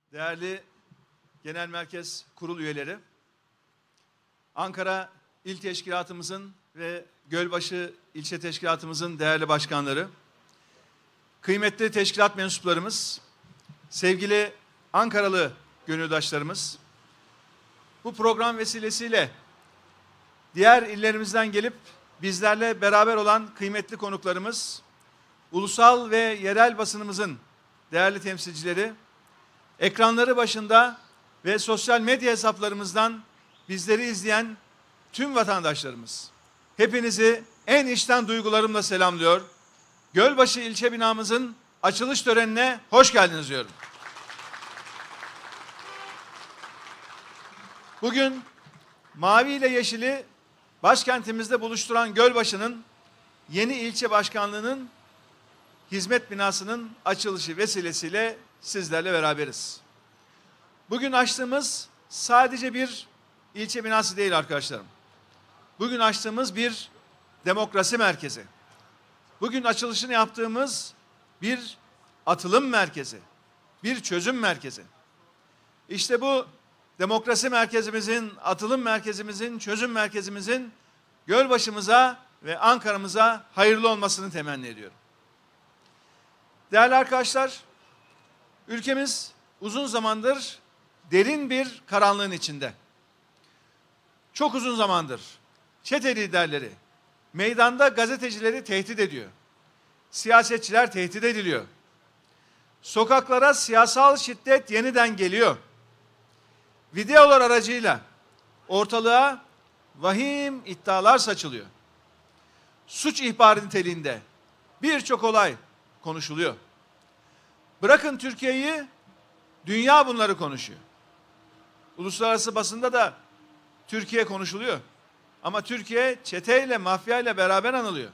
değerli Genel Merkez Kurul üyeleri, Ankara İl Teşkilatımızın ve Gölbaşı İlçe Teşkilatımızın değerli başkanları, kıymetli teşkilat mensuplarımız, sevgili Ankaralı gönüldaşlarımız, bu program vesilesiyle diğer illerimizden gelip bizlerle beraber olan kıymetli konuklarımız, ulusal ve yerel basınımızın değerli temsilcileri, ekranları başında ve sosyal medya hesaplarımızdan bizleri izleyen tüm vatandaşlarımız, hepinizi en içten duygularımla selamlıyor. Gölbaşı ilçe binamızın açılış törenine hoş geldiniz diyorum. Bugün mavi ile yeşili başkentimizde buluşturan Gölbaşı'nın yeni ilçe başkanlığının hizmet binasının açılışı vesilesiyle sizlerle beraberiz. Bugün açtığımız sadece bir ilçe binası değil arkadaşlarım. Bugün açtığımız bir demokrasi merkezi. Bugün açılışını yaptığımız bir atılım merkezi, bir çözüm merkezi. İşte bu demokrasi merkezimizin, atılım merkezimizin, çözüm merkezimizin Gölbaşı'mıza ve Ankara'mıza hayırlı olmasını temenni ediyorum. Değerli arkadaşlar, ülkemiz uzun zamandır derin bir karanlığın içinde. Çok uzun zamandır çete liderleri, meydanda gazetecileri tehdit ediyor. Siyasetçiler tehdit ediliyor. Sokaklara siyasal şiddet yeniden geliyor. Videolar aracıyla ortalığa vahim iddialar saçılıyor. Suç ihbarı niteliğinde birçok olay konuşuluyor. Bırakın Türkiye'yi, dünya bunları konuşuyor. Uluslararası basında da Türkiye konuşuluyor. Ama Türkiye çeteyle, mafyayla beraber anılıyor.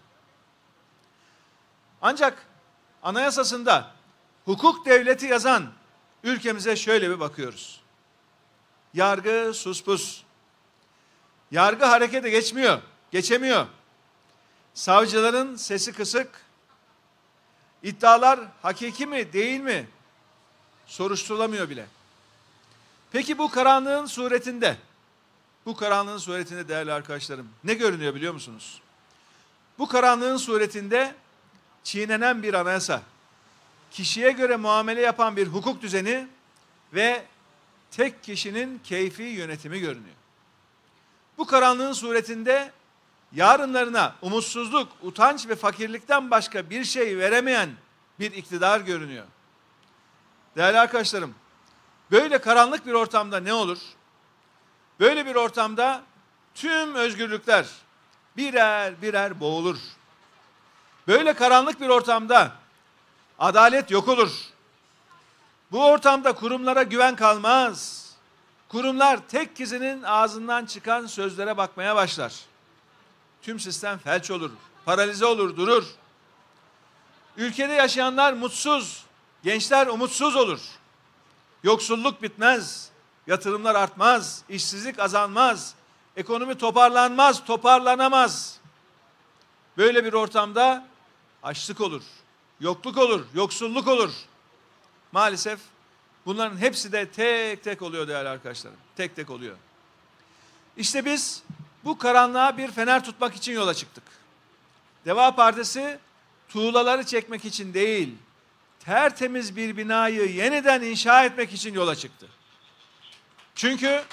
Ancak anayasasında hukuk devleti yazan ülkemize şöyle bir bakıyoruz. Yargı suspus. Yargı harekete geçemiyor. Savcıların sesi kısık. İddialar hakiki mi, değil mi? Soruşturulamıyor bile. Peki bu karanlığın suretinde değerli arkadaşlarım ne görünüyor biliyor musunuz? Bu karanlığın suretinde çiğnenen bir anayasa, kişiye göre muamele yapan bir hukuk düzeni ve tek kişinin keyfi yönetimi görünüyor. Bu karanlığın suretinde yarınlarına umutsuzluk, utanç ve fakirlikten başka bir şey veremeyen bir iktidar görünüyor. Değerli arkadaşlarım, böyle karanlık bir ortamda ne olur? Böyle bir ortamda tüm özgürlükler birer birer boğulur. Böyle karanlık bir ortamda adalet yok olur. Bu ortamda kurumlara güven kalmaz. Kurumlar tek kişinin ağzından çıkan sözlere bakmaya başlar. Tüm sistem felç olur, paralize olur, durur. Ülkede yaşayanlar mutsuz, gençler umutsuz olur. Yoksulluk bitmez, yatırımlar artmaz, işsizlik azalmaz, ekonomi toparlanmaz, toparlanamaz. Böyle bir ortamda açlık olur, yokluk olur, yoksulluk olur. Maalesef bunların hepsi de tek tek oluyor değerli arkadaşlarım. Tek tek oluyor. İşte biz bu karanlığa bir fener tutmak için yola çıktık. Deva Partisi tuğlaları çekmek için değil, tertemiz bir binayı yeniden inşa etmek için yola çıktı. Çünkü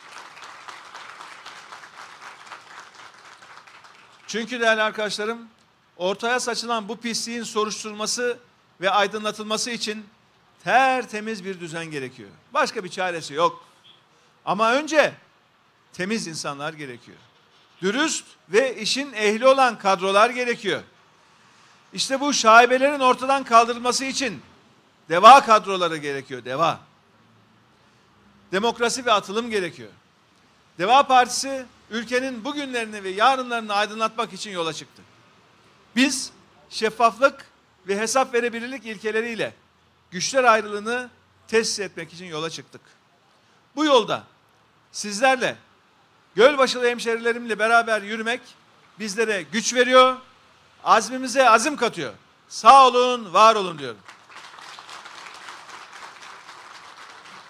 değerli arkadaşlarım, ortaya saçılan bu pisliğin soruşturulması ve aydınlatılması için tertemiz bir düzen gerekiyor. Başka bir çaresi yok. Ama önce temiz insanlar gerekiyor. Dürüst ve işin ehli olan kadrolar gerekiyor. İşte bu şaibelerin ortadan kaldırılması için deva kadroları gerekiyor, deva. Demokrasi ve atılım gerekiyor. Deva Partisi ülkenin bugünlerini ve yarınlarını aydınlatmak için yola çıktı. Biz şeffaflık ve hesap verebilirlik ilkeleriyle güçler ayrılığını tesis etmek için yola çıktık. Bu yolda sizlerle, Gölbaşılı hemşerilerimle beraber yürümek bizlere güç veriyor, azmimize azim katıyor. Sağ olun, var olun diyorum.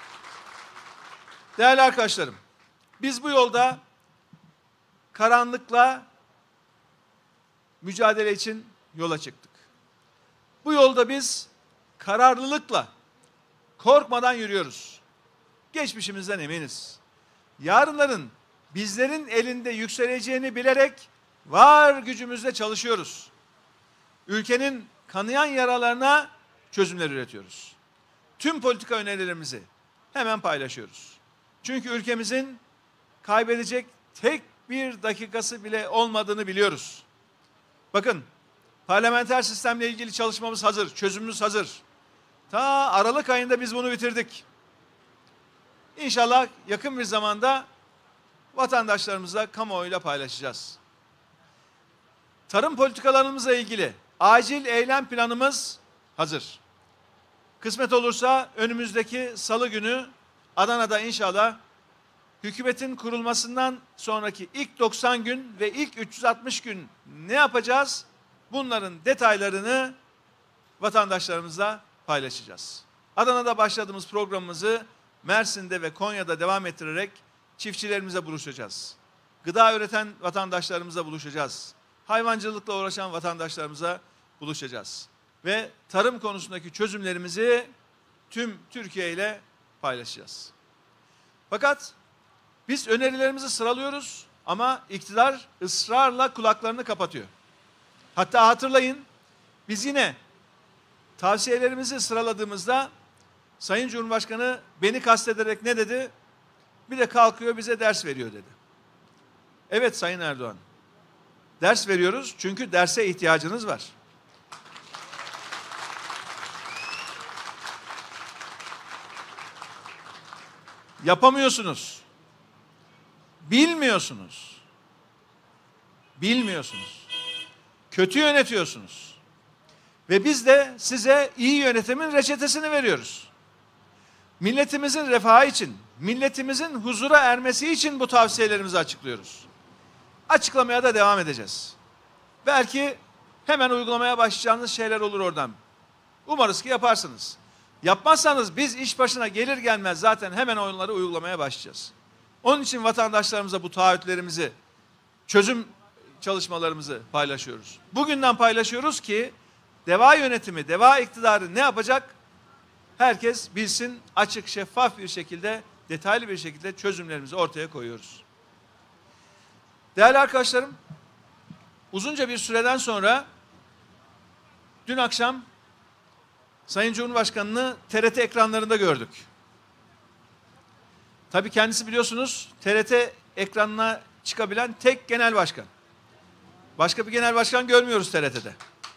Değerli arkadaşlarım, biz bu yolda karanlıkla mücadele için yola çıktık. Bu yolda biz kararlılıkla, korkmadan yürüyoruz. Geçmişimizden eminiz. Yarınların bizlerin elinde yükseleceğini bilerek var gücümüzle çalışıyoruz. Ülkenin kanayan yaralarına çözümler üretiyoruz. Tüm politika önerilerimizi hemen paylaşıyoruz. Çünkü ülkemizin kaybedecek tek bir dakikası bile olmadığını biliyoruz. Bakın, parlamenter sistemle ilgili çalışmamız hazır, çözümümüz hazır. Ta Aralık ayında biz bunu bitirdik. İnşallah yakın bir zamanda vatandaşlarımızla, kamuoyuyla paylaşacağız. Tarım politikalarımızla ilgili acil eylem planımız hazır. Kısmet olursa önümüzdeki salı günü Adana'da inşallah hükümetin kurulmasından sonraki ilk 90 gün ve ilk 360 gün ne yapacağız? Bunların detaylarını vatandaşlarımızla paylaşacağız. Adana'da başladığımız programımızı Mersin'de ve Konya'da devam ettirerek çiftçilerimize buluşacağız. Gıda üreten vatandaşlarımıza buluşacağız. Hayvancılıkla uğraşan vatandaşlarımıza buluşacağız. Ve tarım konusundaki çözümlerimizi tüm Türkiye ile paylaşacağız. Fakat biz önerilerimizi sıralıyoruz ama iktidar ısrarla kulaklarını kapatıyor. Hatta hatırlayın, biz yine tavsiyelerimizi sıraladığımızda Sayın Cumhurbaşkanı beni kastederek ne dedi? Bir de kalkıyor bize ders veriyor dedi. Evet Sayın Erdoğan, ders veriyoruz çünkü derse ihtiyacınız var. Yapamıyorsunuz. Bilmiyorsunuz. Bilmiyorsunuz. Kötü yönetiyorsunuz. Ve biz de size iyi yönetimin reçetesini veriyoruz. Milletimizin refahı için, milletimizin huzura ermesi için bu tavsiyelerimizi açıklıyoruz. Açıklamaya da devam edeceğiz. Belki hemen uygulamaya başlayacağınız şeyler olur oradan. Umarız ki yaparsınız. Yapmazsanız biz iş başına gelir gelmez zaten hemen onları uygulamaya başlayacağız. Onun için vatandaşlarımıza bu taahhütlerimizi, çözüm çalışmalarımızı paylaşıyoruz. Bugünden paylaşıyoruz ki DEVA yönetimi, DEVA iktidarı ne yapacak? Herkes bilsin, açık, şeffaf bir şekilde, detaylı bir şekilde çözümlerimizi ortaya koyuyoruz. Değerli arkadaşlarım, uzunca bir süreden sonra dün akşam Sayın Cumhurbaşkanı'nı TRT ekranlarında gördük. Tabii kendisi biliyorsunuz TRT ekranına çıkabilen tek genel başkan. Başka bir genel başkan görmüyoruz TRT'de.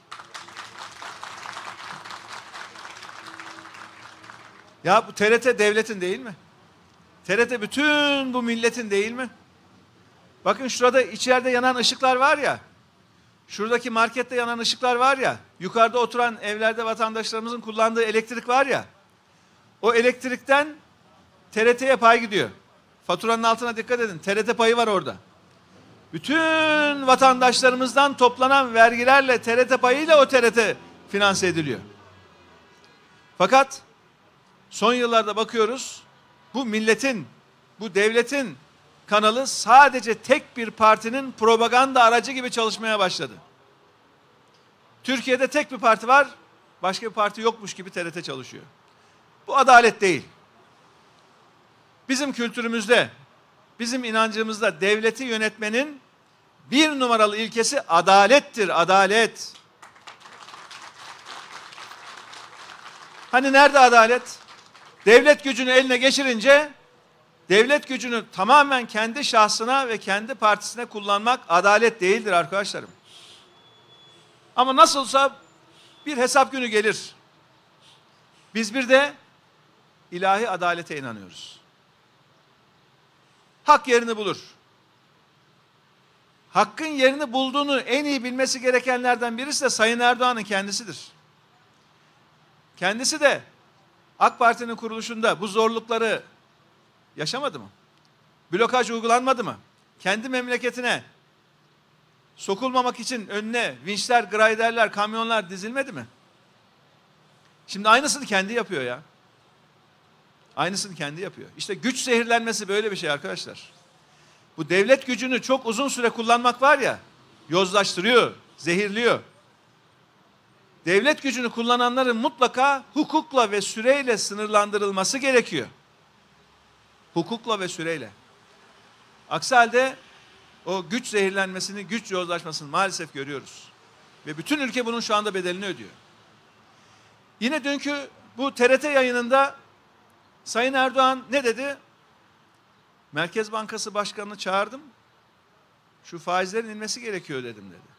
Ya bu TRT devletin değil mi? TRT bütün bu milletin değil mi? Bakın şurada içeride yanan ışıklar var ya, şuradaki markette yanan ışıklar var ya, yukarıda oturan evlerde vatandaşlarımızın kullandığı elektrik var ya, o elektrikten TRT'ye pay gidiyor. Faturanın altına dikkat edin, TRT payı var orada. Bütün vatandaşlarımızdan toplanan vergilerle, TRT payıyla o TRT finanse ediliyor. Fakat son yıllarda bakıyoruz, bu milletin, bu devletin kanalı sadece tek bir partinin propaganda aracı gibi çalışmaya başladı. Türkiye'de tek bir parti var, başka bir parti yokmuş gibi TRT çalışıyor. Bu adalet değil. Bizim kültürümüzde, bizim inancımızda devleti yönetmenin bir numaralı ilkesi adalettir, adalet. Hani nerede adalet? Devlet gücünü eline geçirince, devlet gücünü tamamen kendi şahsına ve kendi partisine kullanmak adalet değildir arkadaşlarım. Ama nasılsa bir hesap günü gelir. Biz bir de ilahi adalete inanıyoruz. Hak yerini bulur. Hakkın yerini bulduğunu en iyi bilmesi gerekenlerden birisi de Sayın Erdoğan'ın kendisidir. Kendisi de AK Parti'nin kuruluşunda bu zorlukları yaşamadı mı? Blokaj uygulanmadı mı? Kendi memleketine sokulmamak için önüne vinçler, grayderler, kamyonlar dizilmedi mi? Şimdi aynısını kendi yapıyor ya. Aynısını kendi yapıyor. İşte güç zehirlenmesi böyle bir şey arkadaşlar. Bu devlet gücünü çok uzun süre kullanmak var ya, yozlaştırıyor, zehirliyor. Devlet gücünü kullananların mutlaka hukukla ve süreyle sınırlandırılması gerekiyor. Hukukla ve süreyle. Aksi halde o güç zehirlenmesini, güç yozlaşmasını maalesef görüyoruz. Ve bütün ülke bunun şu anda bedelini ödüyor. Yine dünkü bu TRT yayınında Sayın Erdoğan ne dedi? Merkez Bankası Başkanı'nı çağırdım. Şu faizlerin inmesi gerekiyor dedim dedi.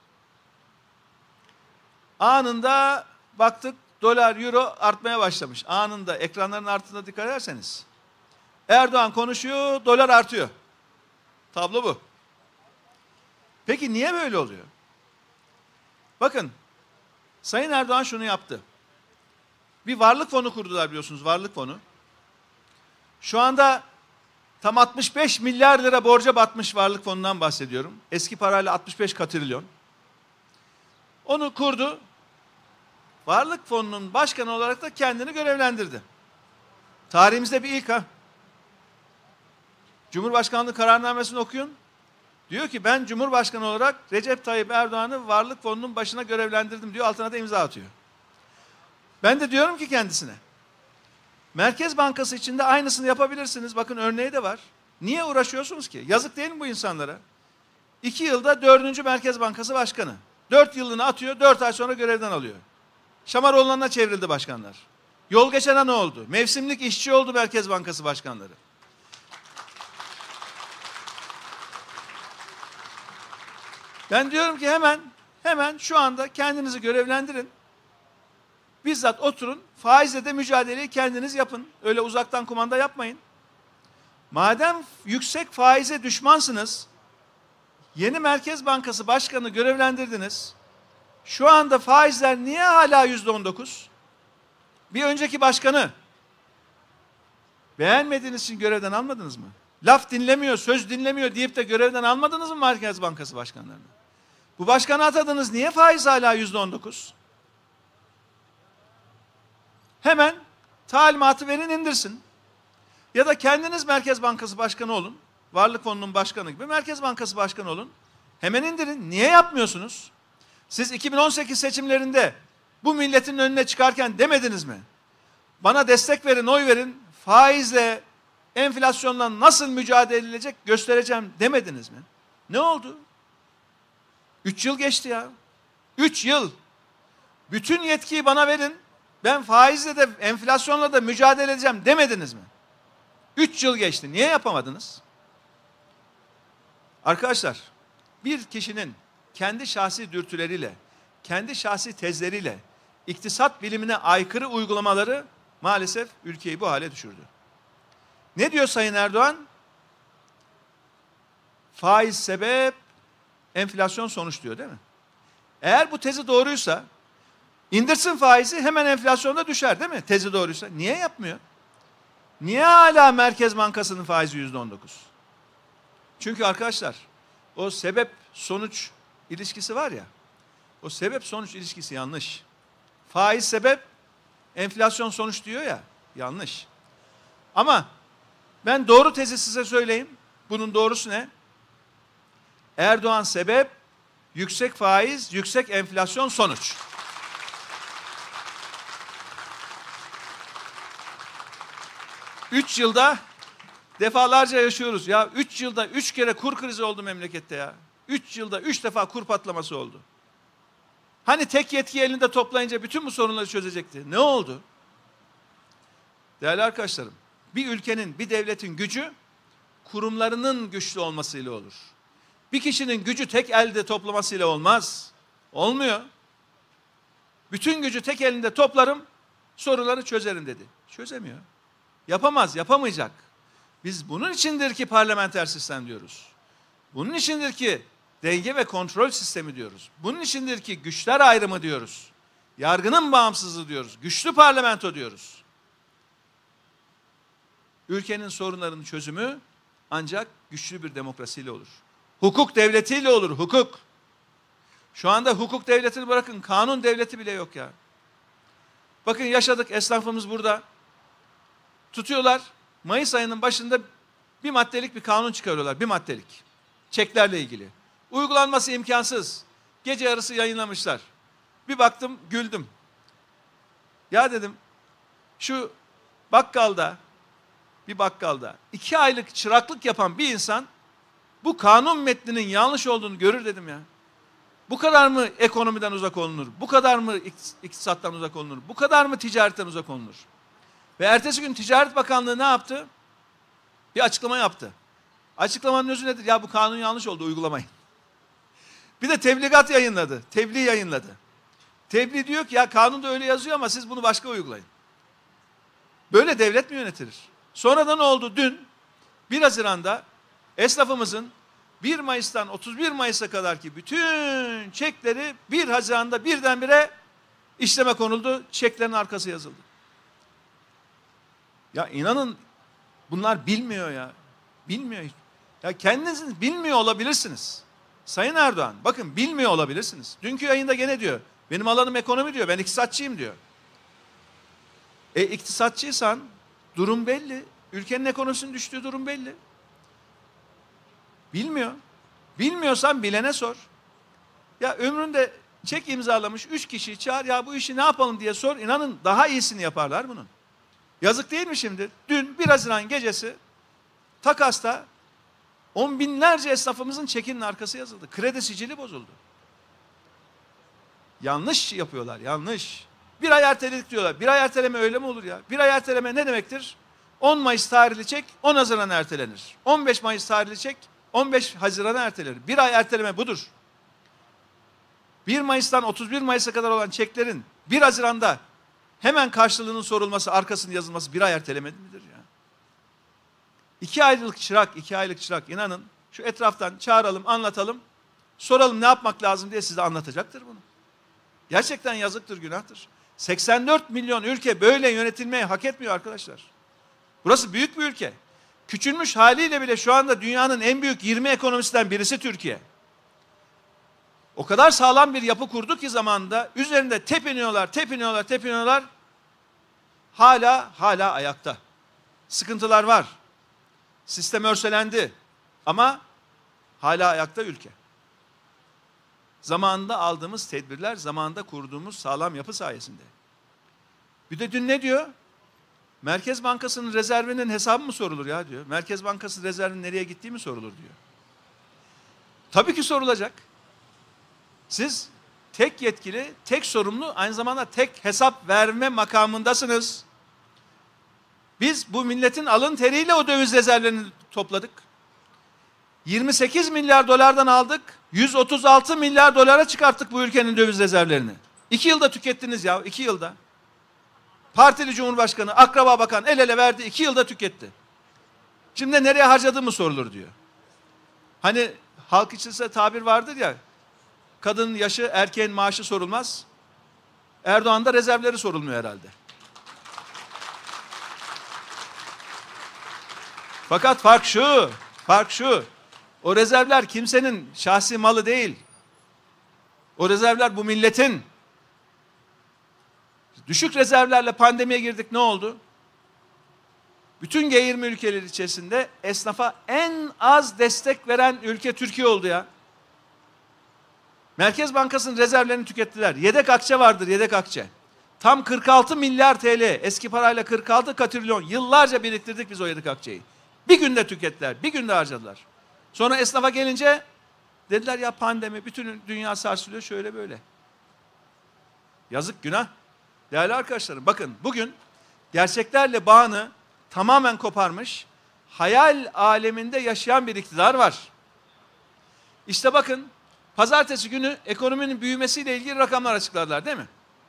Anında baktık dolar, euro artmaya başlamış. Anında ekranların arttığına dikkat ederseniz. Erdoğan konuşuyor, dolar artıyor. Tablo bu. Peki niye böyle oluyor? Bakın, Sayın Erdoğan şunu yaptı. Bir varlık fonu kurdular biliyorsunuz, varlık fonu. Şu anda tam 65 milyar lira borca batmış varlık fonundan bahsediyorum. Eski parayla 65 katrilyon. Onu kurdu. Varlık fonunun başkanı olarak da kendini görevlendirdi. Tarihimizde bir ilk ha. Cumhurbaşkanlığı kararnamesini okuyun. Diyor ki ben Cumhurbaşkanı olarak Recep Tayyip Erdoğan'ı varlık fonunun başına görevlendirdim diyor. Altına da imza atıyor. Ben de diyorum ki kendisine, Merkez Bankası için de aynısını yapabilirsiniz. Bakın örneği de var. Niye uğraşıyorsunuz ki? Yazık değil mi bu insanlara? 2 yılda 4. Merkez Bankası Başkanı. 4 yılını atıyor, 4 ay sonra görevden alıyor. Şamaroğullarına çevrildi başkanlar. Yol geçene ne oldu? Mevsimlik işçi oldu Merkez Bankası başkanları. Ben diyorum ki hemen şu anda kendinizi görevlendirin. Bizzat oturun, faizle de mücadeleyi kendiniz yapın. Öyle uzaktan kumanda yapmayın. Madem yüksek faize düşmansınız, yeni Merkez Bankası Başkanı görevlendirdiniz. Şu anda faizler niye hala %19? Bir önceki başkanı beğenmediğiniz için görevden almadınız mı? Laf dinlemiyor, söz dinlemiyor deyip de görevden almadınız mı Merkez Bankası Başkanlarını? Bu başkanı atadınız, niye faiz hala %19? Hemen talimatı verin, indirsin. Ya da kendiniz Merkez Bankası Başkanı olun. Varlık Fonu'nun başkanı gibi Merkez Bankası Başkanı olun. Hemen indirin. Niye yapmıyorsunuz? Siz 2018 seçimlerinde bu milletin önüne çıkarken demediniz mi? Bana destek verin, oy verin. Faizle, enflasyonla nasıl mücadele edilecek göstereceğim demediniz mi? Ne oldu? 3 yıl geçti ya. 3 yıl. Bütün yetkiyi bana verin. Ben faizle de enflasyonla da mücadele edeceğim demediniz mi? 3 yıl geçti. Niye yapamadınız? Arkadaşlar, bir kişinin kendi şahsi dürtüleriyle, kendi şahsi tezleriyle iktisat bilimine aykırı uygulamaları maalesef ülkeyi bu hale düşürdü. Ne diyor Sayın Erdoğan? Faiz sebep, enflasyon sonuç diyor değil mi? Eğer bu tezi doğruysa indirsin faizi, hemen enflasyonda düşer değil mi? Tezi doğruysa. Niye yapmıyor? Niye hala Merkez Bankası'nın faizi %19? Çünkü arkadaşlar o sebep sonuç ilişkisi var ya, o sebep sonuç ilişkisi yanlış. Faiz sebep, enflasyon sonuç diyor ya, yanlış. Ama ben doğru tezi size söyleyeyim. Bunun doğrusu ne? Erdoğan sebep, yüksek faiz, yüksek enflasyon sonuç. Üç yılda defalarca yaşıyoruz. Ya 3 yılda 3 kere kur krizi oldu memlekette ya. 3 yılda 3 defa kur patlaması oldu. Hani tek yetki elinde toplayınca bütün bu sorunları çözecekti. Ne oldu? Değerli arkadaşlarım, bir ülkenin, bir devletin gücü kurumlarının güçlü olmasıyla olur. Bir kişinin gücü tek elde toplamasıyla olmaz. Olmuyor. Bütün gücü tek elinde toplarım, sorunları çözerim dedi. Çözemiyor. Yapamaz, yapamayacak. Biz bunun içindir ki parlamenter sistem diyoruz. Bunun içindir ki denge ve kontrol sistemi diyoruz. Bunun içindir ki güçler ayrımı diyoruz. Yargının bağımsızlığı diyoruz. Güçlü parlamento diyoruz. Ülkenin sorunlarının çözümü ancak güçlü bir demokrasiyle olur. Hukuk devletiyle olur, hukuk. Şu anda hukuk devletini bırakın, kanun devleti bile yok ya. Bakın yaşadık, esnafımız burada. Tutuyorlar, Mayıs ayının başında bir maddelik bir kanun çıkarıyorlar, bir maddelik. Çeklerle ilgili. Uygulanması imkansız. Gece yarısı yayınlamışlar. Bir baktım, güldüm. Ya dedim, şu bakkalda, bir bakkalda 2 aylık çıraklık yapan bir insan bu kanun metninin yanlış olduğunu görür dedim ya. Bu kadar mı ekonomiden uzak olunur? Bu kadar mı iktisattan uzak olunur? Bu kadar mı ticaretten uzak olunur? Ve ertesi gün Ticaret Bakanlığı ne yaptı? Bir açıklama yaptı. Açıklamanın özü nedir? Ya bu kanun yanlış oldu, uygulamayın. Bir de tebligat yayınladı. Tebliğ yayınladı. Tebliğ diyor ki ya kanunda öyle yazıyor ama siz bunu başka uygulayın. Böyle devlet mi yönetilir? Sonra da ne oldu? Dün 1 Haziran'da esnafımızın 1 Mayıs'tan 31 Mayıs'a kadar ki bütün çekleri 1 Haziran'da birdenbire işleme konuldu. Çeklerin arkası yazıldı. Ya inanın bunlar bilmiyor ya. Bilmiyor. Ya kendiniz bilmiyor olabilirsiniz. Sayın Erdoğan bakın bilmiyor olabilirsiniz. Dünkü yayında gene diyor. Benim alanım ekonomi diyor. Ben iktisatçıyım diyor. İktisatçıysan durum belli. Ülkenin ekonomisinin düştüğü durum belli. Bilmiyor. Bilmiyorsan bilene sor. Ya ömründe çek imzalamış 3 kişiyi çağır ya bu işi ne yapalım diye sor. İnanın daha iyisini yaparlar bunun. Yazık değil mi şimdi? Dün 1 Haziran gecesi takasta 10 binlerce esnafımızın çekinin arkası yazıldı. Kredi sicili bozuldu. Yanlış yapıyorlar, yanlış. 1 ay erteledik diyorlar. 1 ay erteleme öyle mi olur ya? 1 ay erteleme ne demektir? 10 Mayıs tarihli çek 10 Haziran'a ertelenir. 15 Mayıs tarihli çek 15 Haziran'a ertelenir. 1 ay erteleme budur. 1 Mayıs'tan 31 Mayıs'a kadar olan çeklerin 1 Haziran'da hemen karşılığının sorulması, arkasının yazılması 1 ay erteleme midir ya? 2 aylık çırak, 2 aylık çırak inanın şu etraftan çağıralım, anlatalım, soralım ne yapmak lazım diye size anlatacaktır bunu. Gerçekten yazıktır, günahtır. 84 milyon ülke böyle yönetilmeyi hak etmiyor arkadaşlar. Burası büyük bir ülke. Küçülmüş haliyle bile şu anda dünyanın en büyük 20 ekonomisinden birisi Türkiye. O kadar sağlam bir yapı kurdu ki zamanında üzerinde tepiniyorlar. Hala ayakta. Sıkıntılar var. Sistem örselendi. Ama hala ayakta ülke. Zamanında aldığımız tedbirler, zamanında kurduğumuz sağlam yapı sayesinde. Bir de dün ne diyor? Merkez Bankası'nın rezervinin hesabı mı sorulur ya diyor. Merkez Bankası rezervinin nereye gittiği mi sorulur diyor. Tabii ki sorulacak. Siz tek yetkili, tek sorumlu, aynı zamanda tek hesap verme makamındasınız. Biz bu milletin alın teriyle o döviz rezervlerini topladık. 28 milyar dolardan aldık, 136 milyar dolara çıkarttık bu ülkenin döviz rezervlerini. 2 yılda tükettiniz ya, 2 yılda. Partili Cumhurbaşkanı, akraba bakan el ele verdi, 2 yılda tüketti. Şimdi nereye harcadığımı sorulur diyor. Hani halk içinde tabir vardır ya, kadının yaşı, erkeğin maaşı sorulmaz. Erdoğan'da rezervleri sorulmuyor herhalde. Fakat fark şu. O rezervler kimsenin şahsi malı değil. O rezervler bu milletin. Düşük rezervlerle pandemiye girdik, ne oldu? Bütün G20 ülkeleri içerisinde esnafa en az destek veren ülke Türkiye oldu ya. Merkez Bankası'nın rezervlerini tükettiler. Yedek akçe vardır, yedek akçe. Tam 46 milyar TL, eski parayla 46 katrilyon. Yıllarca biriktirdik biz o yedek akçeyi. Bir günde tükettiler, bir günde harcadılar. Sonra esnafa gelince dediler ya pandemi, bütün dünya sarsılıyor, şöyle böyle. Yazık, günah. Değerli arkadaşlarım, bakın bugün gerçeklerle bağını tamamen koparmış, hayal aleminde yaşayan bir iktidar var. İşte bakın, pazartesi günü ekonominin büyümesiyle ilgili rakamlar açıkladılar değil mi?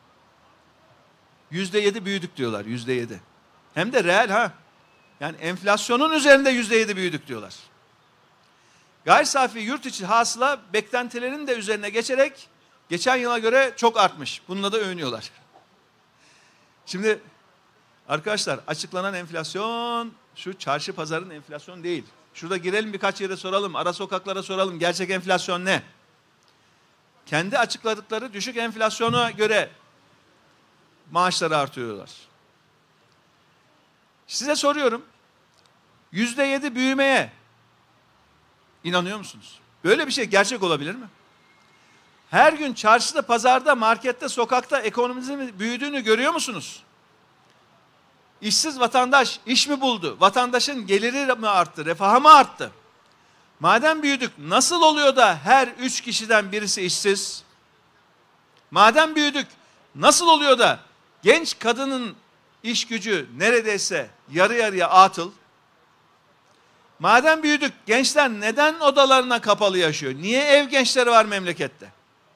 %7 büyüdük diyorlar, %7. Hem de reel ha. Yani enflasyonun üzerinde %7 büyüdük diyorlar. Gayri safi yurt içi hasıla beklentilerin de üzerine geçerek geçen yıla göre çok artmış. Bununla da övünüyorlar. Şimdi arkadaşlar açıklanan enflasyon şu çarşı pazarın enflasyonu değil. Şurada girelim birkaç yere soralım, ara sokaklara soralım gerçek enflasyon ne? Kendi açıkladıkları düşük enflasyona göre maaşları artırıyorlar. Size soruyorum. %7 büyümeye inanıyor musunuz? Böyle bir şey gerçek olabilir mi? Her gün çarşıda, pazarda, markette, sokakta ekonomimizin büyüdüğünü görüyor musunuz? İşsiz vatandaş iş mi buldu? Vatandaşın geliri mi arttı? Refahı mı arttı? Madem büyüdük, nasıl oluyor da her 3 kişiden birisi işsiz? Madem büyüdük, nasıl oluyor da genç kadının iş gücü neredeyse yarı yarıya atıl? Madem büyüdük, gençler neden odalarına kapalı yaşıyor? Niye ev gençleri var memlekette?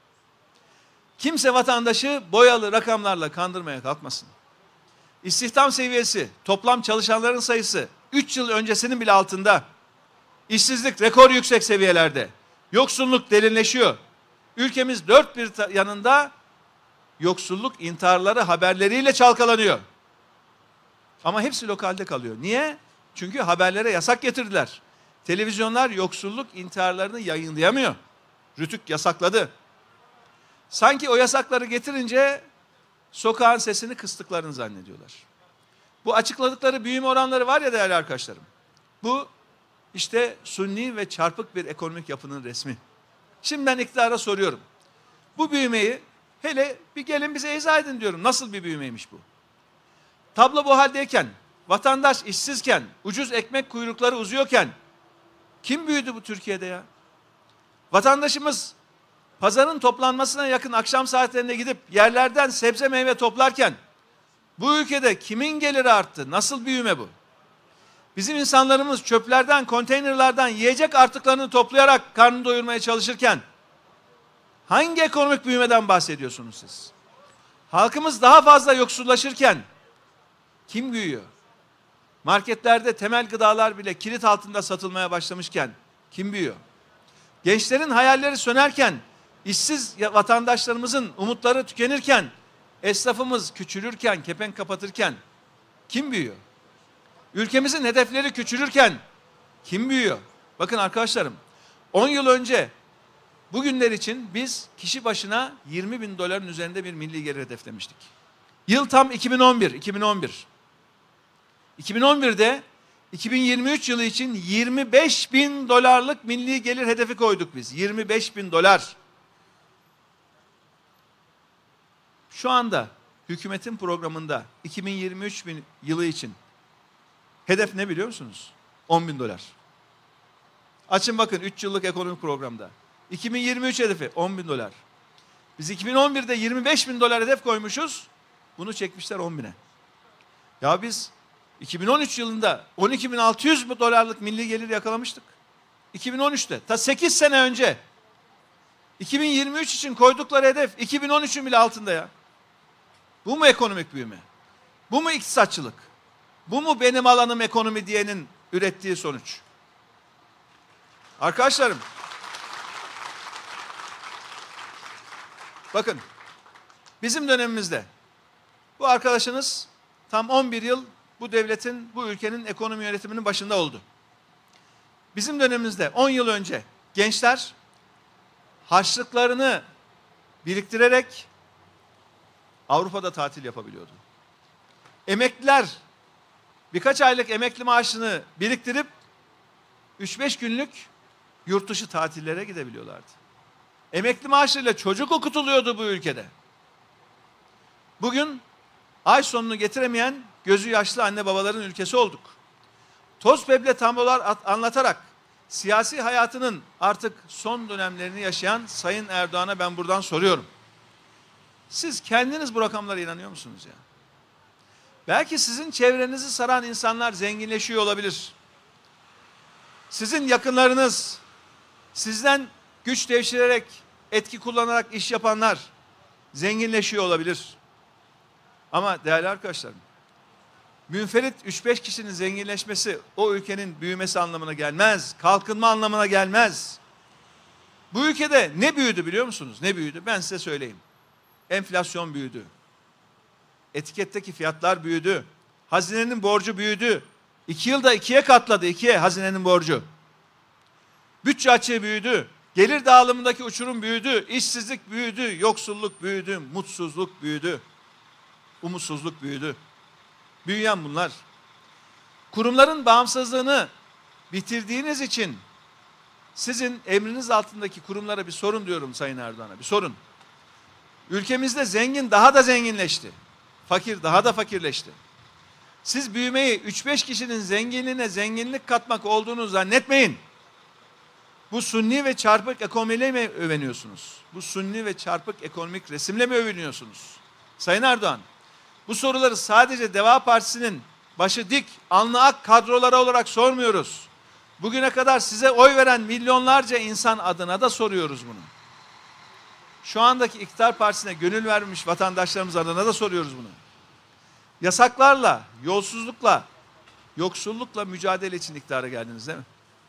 Kimse vatandaşı boyalı rakamlarla kandırmaya kalkmasın. İstihdam seviyesi, toplam çalışanların sayısı 3 yıl öncesinin bile altında. İşsizlik rekor yüksek seviyelerde. Yoksulluk derinleşiyor. Ülkemiz dört bir yanında yoksulluk intiharları haberleriyle çalkalanıyor. Ama hepsi lokalde kalıyor. Niye? Çünkü haberlere yasak getirdiler. Televizyonlar yoksulluk intiharlarını yayınlayamıyor. Rütük yasakladı. Sanki o yasakları getirince sokağın sesini kıstıklarını zannediyorlar. Bu açıkladıkları büyüme oranları var ya değerli arkadaşlarım. Bu işte suni ve çarpık bir ekonomik yapının resmi. Şimdi ben iktidara soruyorum. Bu büyümeyi hele bir gelin bize izah edin diyorum. Nasıl bir büyümeymiş bu? Tablo bu haldeyken, vatandaş işsizken, ucuz ekmek kuyrukları uzuyorken kim büyüdü bu Türkiye'de ya? Vatandaşımız pazarın toplanmasına yakın akşam saatlerinde gidip yerlerden sebze meyve toplarken bu ülkede kimin geliri arttı? Nasıl büyüme bu? Bizim insanlarımız çöplerden, konteynerlardan yiyecek artıklarını toplayarak karnını doyurmaya çalışırken hangi ekonomik büyümeden bahsediyorsunuz siz? Halkımız daha fazla yoksullaşırken kim büyüyor? Marketlerde temel gıdalar bile kilit altında satılmaya başlamışken kim büyüyor? Gençlerin hayalleri sönerken, işsiz vatandaşlarımızın umutları tükenirken, esnafımız küçülürken, kepenk kapatırken kim büyüyor? Ülkemizin hedefleri küçülürken kim büyüyor? Bakın arkadaşlarım, 10 yıl önce bugünler için biz kişi başına 20 bin doların üzerinde bir milli gelir hedeflemiştik. Yıl tam 2011. 2011'de 2023 yılı için 25 bin dolarlık milli gelir hedefi koyduk biz. 25 bin dolar. Şu anda hükümetin programında 2023 yılı için hedef ne biliyor musunuz? 10 bin dolar. Açın bakın 3 yıllık ekonomik programda. 2023 hedefi 10 bin dolar. Biz 2011'de 25 bin dolar hedef koymuşuz. Bunu çekmişler 10 bine. Ya biz 2013 yılında 12.600 dolarlık milli gelir yakalamıştık. 2013'te ta 8 sene önce 2023 için koydukları hedef 2013'ün bile altında ya. Bu mu ekonomik büyüme? Bu mu iktisatçılık? Bu mu benim alanım ekonomi diyenin ürettiği sonuç? Arkadaşlarım, bakın bizim dönemimizde bu arkadaşınız tam 11 yıl bu devletin, bu ülkenin ekonomi yönetiminin başında oldu. Bizim dönemimizde 10 yıl önce gençler harçlıklarını biriktirerek Avrupa'da tatil yapabiliyordu. Emekliler birkaç aylık emekli maaşını biriktirip 3-5 günlük yurt dışı tatillere gidebiliyorlardı. Emekli maaşıyla çocuk okutuluyordu bu ülkede. Bugün ay sonunu getiremeyen gözü yaşlı anne babaların ülkesi olduk. Toz pembe tablolar anlatarak siyasi hayatının artık son dönemlerini yaşayan Sayın Erdoğan'a ben buradan soruyorum. Siz kendiniz bu rakamlara inanıyor musunuz ya? Belki sizin çevrenizi saran insanlar zenginleşiyor olabilir. Sizin yakınlarınız, sizden güç devşirerek, etki kullanarak iş yapanlar zenginleşiyor olabilir. Ama değerli arkadaşlarım, münferit 3-5 kişinin zenginleşmesi o ülkenin büyümesi anlamına gelmez. Kalkınma anlamına gelmez. Bu ülkede ne büyüdü biliyor musunuz? Ne büyüdü? Ben size söyleyeyim. Enflasyon büyüdü. Etiketteki fiyatlar büyüdü. Hazinenin borcu büyüdü. 2 yılda 2'ye katladı. 2'ye hazinenin borcu. Bütçe açığı büyüdü. Gelir dağılımındaki uçurum büyüdü. İşsizlik büyüdü. Yoksulluk büyüdü. Mutsuzluk büyüdü. Umutsuzluk büyüdü. Büyüyen bunlar. Kurumların bağımsızlığını bitirdiğiniz için sizin emriniz altındaki kurumlara bir sorun diyorum Sayın Erdoğan'a, bir sorun. Ülkemizde zengin daha da zenginleşti. Fakir daha da fakirleşti. Siz büyümeyi 3-5 kişinin zenginliğine zenginlik katmak olduğunu zannetmeyin. Bu sunni ve çarpık ekonomiyle mi övünüyorsunuz? Bu sunni ve çarpık ekonomik resimle mi övünüyorsunuz? Sayın Erdoğan, bu soruları sadece Deva Partisi'nin başı dik, alnı ak kadroları olarak sormuyoruz. Bugüne kadar size oy veren milyonlarca insan adına da soruyoruz bunu. Şu andaki iktidar partisine gönül vermiş vatandaşlarımız adına da soruyoruz bunu. Yasaklarla, yolsuzlukla, yoksullukla mücadele için iktidara geldiniz değil mi?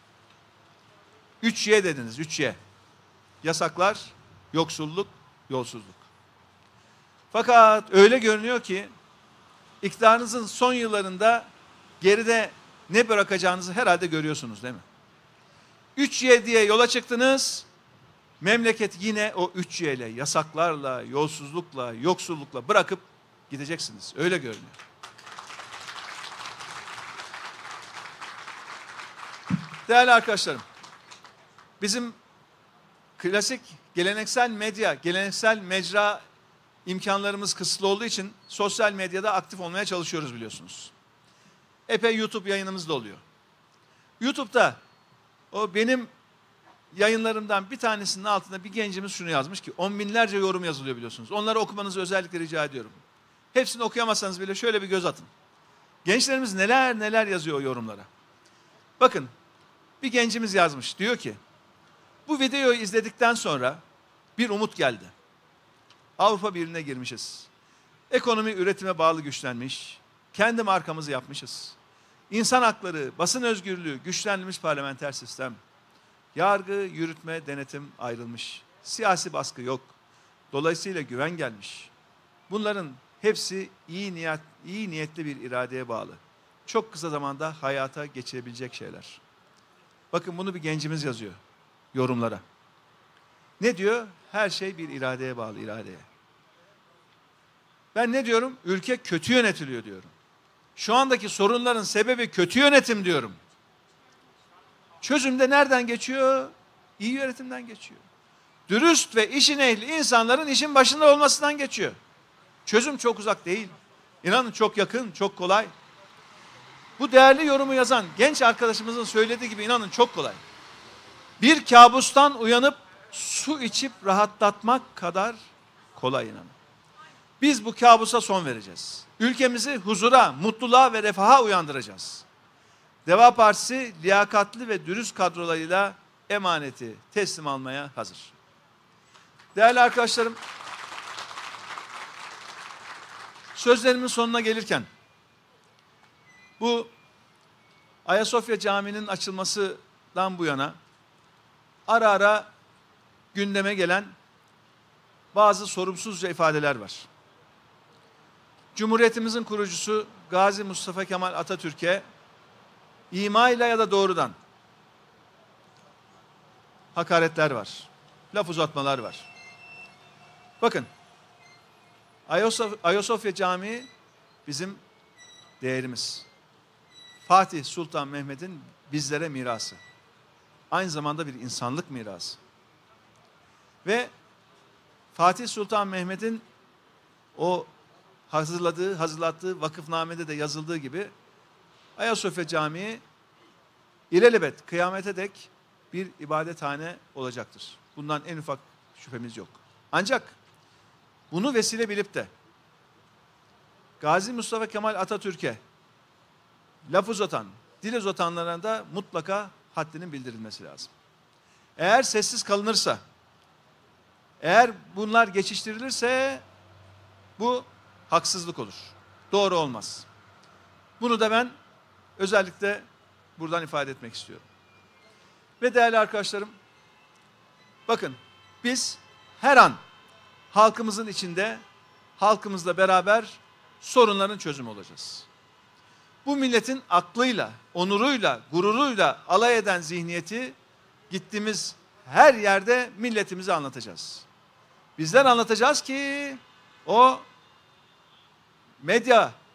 3Y dediniz, 3Y. Yasaklar, yoksulluk, yolsuzluk. Fakat öyle görünüyor ki iktidarınızın son yıllarında geride ne bırakacağınızı herhalde görüyorsunuz değil mi? 3Y diye yola çıktınız. Memleket yine o 3Y ile, yasaklarla, yolsuzlukla, yoksullukla bırakıp gideceksiniz. Öyle görünüyor. Değerli arkadaşlarım, bizim klasik, geleneksel medya, geleneksel mecra imkanlarımız kısıtlı olduğu için sosyal medyada aktif olmaya çalışıyoruz biliyorsunuz. Epey YouTube yayınımız da oluyor. YouTube'da o benim yayınlarımdan bir tanesinin altında bir gencimiz şunu yazmış ki 10 binlerce yorum yazılıyor biliyorsunuz. Onları okumanızı özellikle rica ediyorum. Hepsini okuyamazsanız bile şöyle bir göz atın. Gençlerimiz neler neler yazıyor o yorumlara. Bakın bir gencimiz yazmış, diyor ki bu videoyu izledikten sonra bir umut geldi. Avrupa Birliği'ne girmişiz. Ekonomi üretime bağlı güçlenmiş. Kendi markamızı yapmışız. İnsan hakları, basın özgürlüğü, güçlenmiş parlamenter sistem. Yargı, yürütme, denetim ayrılmış. Siyasi baskı yok. Dolayısıyla güven gelmiş. Bunların hepsi iyi niyetli bir iradeye bağlı. Çok kısa zamanda hayata geçirebilecek şeyler. Bakın bunu bir gencimiz yazıyor yorumlara. Ne diyor? Her şey bir iradeye bağlı, iradeye. Ben ne diyorum? Ülke kötü yönetiliyor diyorum. Şu andaki sorunların sebebi kötü yönetim diyorum. Çözüm de nereden geçiyor? İyi yönetimden geçiyor. Dürüst ve işin ehli insanların işin başında olmasından geçiyor. Çözüm çok uzak değil. İnanın çok yakın, çok kolay. Bu değerli yorumu yazan genç arkadaşımızın söylediği gibi inanın çok kolay. Bir kabustan uyanıp su içip rahatlatmak kadar kolay inanın. Biz bu kabusa son vereceğiz. Ülkemizi huzura, mutluluğa ve refaha uyandıracağız. Deva Partisi liyakatli ve dürüst kadrolarıyla emaneti teslim almaya hazır. Değerli arkadaşlarım, sözlerimin sonuna gelirken bu Ayasofya Camii'nin açılmasından bu yana ara ara gündeme gelen bazı sorumsuzca ifadeler var. Cumhuriyetimizin kurucusu Gazi Mustafa Kemal Atatürk'e imayla ya da doğrudan hakaretler var. Laf uzatmalar var. Bakın, Ayasofya Camii bizim değerimiz. Fatih Sultan Mehmet'in bizlere mirası. Aynı zamanda bir insanlık mirası. Ve Fatih Sultan Mehmet'in o hazırlattığı vakıfnamede de yazıldığı gibi Ayasofya Camii ilelebet kıyamete dek bir ibadethane olacaktır. Bundan en ufak şüphemiz yok. Ancak bunu vesile bilip de Gazi Mustafa Kemal Atatürk'e laf uzatan, dil uzatanlara da mutlaka haddinin bildirilmesi lazım. Eğer sessiz kalınırsa, eğer bunlar geçiştirilirse bu haksızlık olur. Doğru olmaz. Bunu da ben özellikle buradan ifade etmek istiyorum. Ve değerli arkadaşlarım, bakın biz her an halkımızın içinde, halkımızla beraber sorunların çözümü olacağız. Bu milletin aklıyla, onuruyla, gururuyla alay eden zihniyeti gittiğimiz her yerde milletimize anlatacağız. Bizler anlatacağız ki o medya,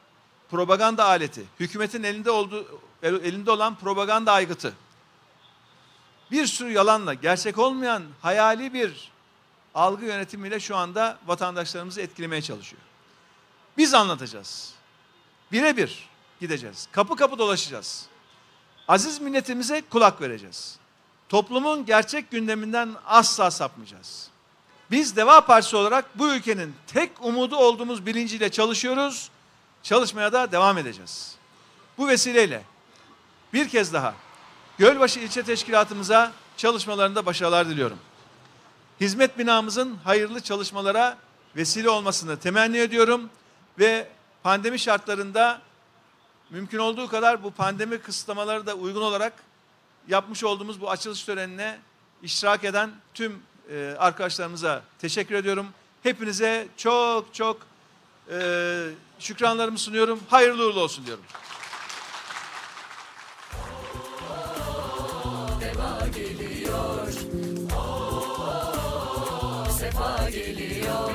propaganda aleti, hükümetin elinde olan propaganda aygıtı, bir sürü yalanla, gerçek olmayan hayali bir algı yönetimiyle şu anda vatandaşlarımızı etkilemeye çalışıyor. Biz anlatacağız. Birebir gideceğiz. Kapı kapı dolaşacağız. Aziz milletimize kulak vereceğiz. Toplumun gerçek gündeminden asla sapmayacağız. Biz Deva Partisi olarak bu ülkenin tek umudu olduğumuz bilinciyle çalışıyoruz. Çalışmaya da devam edeceğiz. Bu vesileyle bir kez daha Gölbaşı İlçe Teşkilatımıza çalışmalarında başarılar diliyorum. Hizmet binamızın hayırlı çalışmalara vesile olmasını temenni ediyorum ve pandemi şartlarında mümkün olduğu kadar bu pandemi kısıtlamaları da uygun olarak yapmış olduğumuz bu açılış törenine iştirak eden tüm arkadaşlarımıza teşekkür ediyorum. Hepinize çok çok şükranlarımı sunuyorum. Hayırlı uğurlu olsun diyorum. Deva geliyor. Sefa geliyor.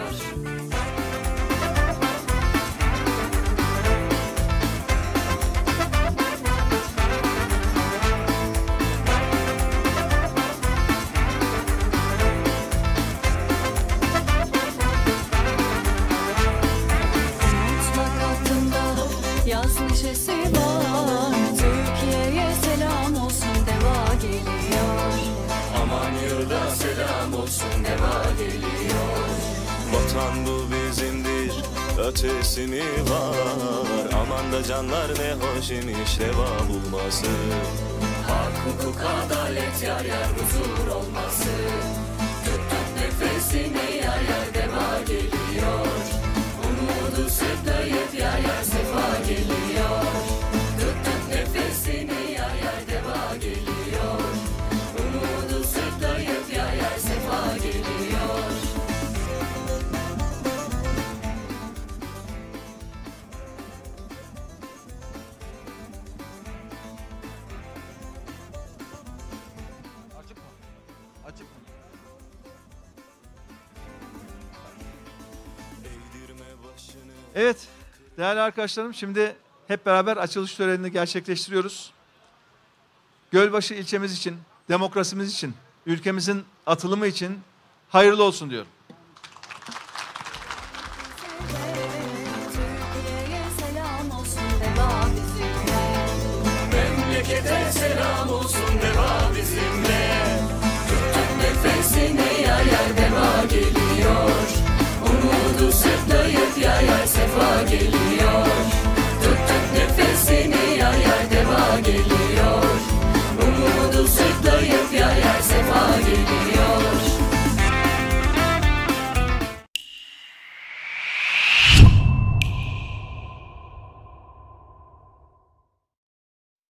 Yaz neşesi var, Türkiye'ye selam olsun, Deva geliyor. Aman yurda selam olsun, Deva geliyor. Vatan bu bizimdir, ötesi mi var? Aman da canlar ne hoş imiş deva bulması. Hak, hukuk, adalet, yar yar huzur olması. Tuttuk nefesini, yar yar deva geliyor. Umudu sırtlayıp yar yar sefa geliyor. Tuttuk nefesini, yar yar deva geliyor. Umudu sırtlayıp yar yar sefa geliyor. Açık mı? Açık mı? Evet, değerli arkadaşlarım, şimdi hep beraber açılış törenini gerçekleştiriyoruz. Gölbaşı ilçemiz için, demokrasimiz için, ülkemizin atılımı için hayırlı olsun diyorum. Türkiye'ye selam olsun, Deva bizimle. Memlekete selam olsun, Deva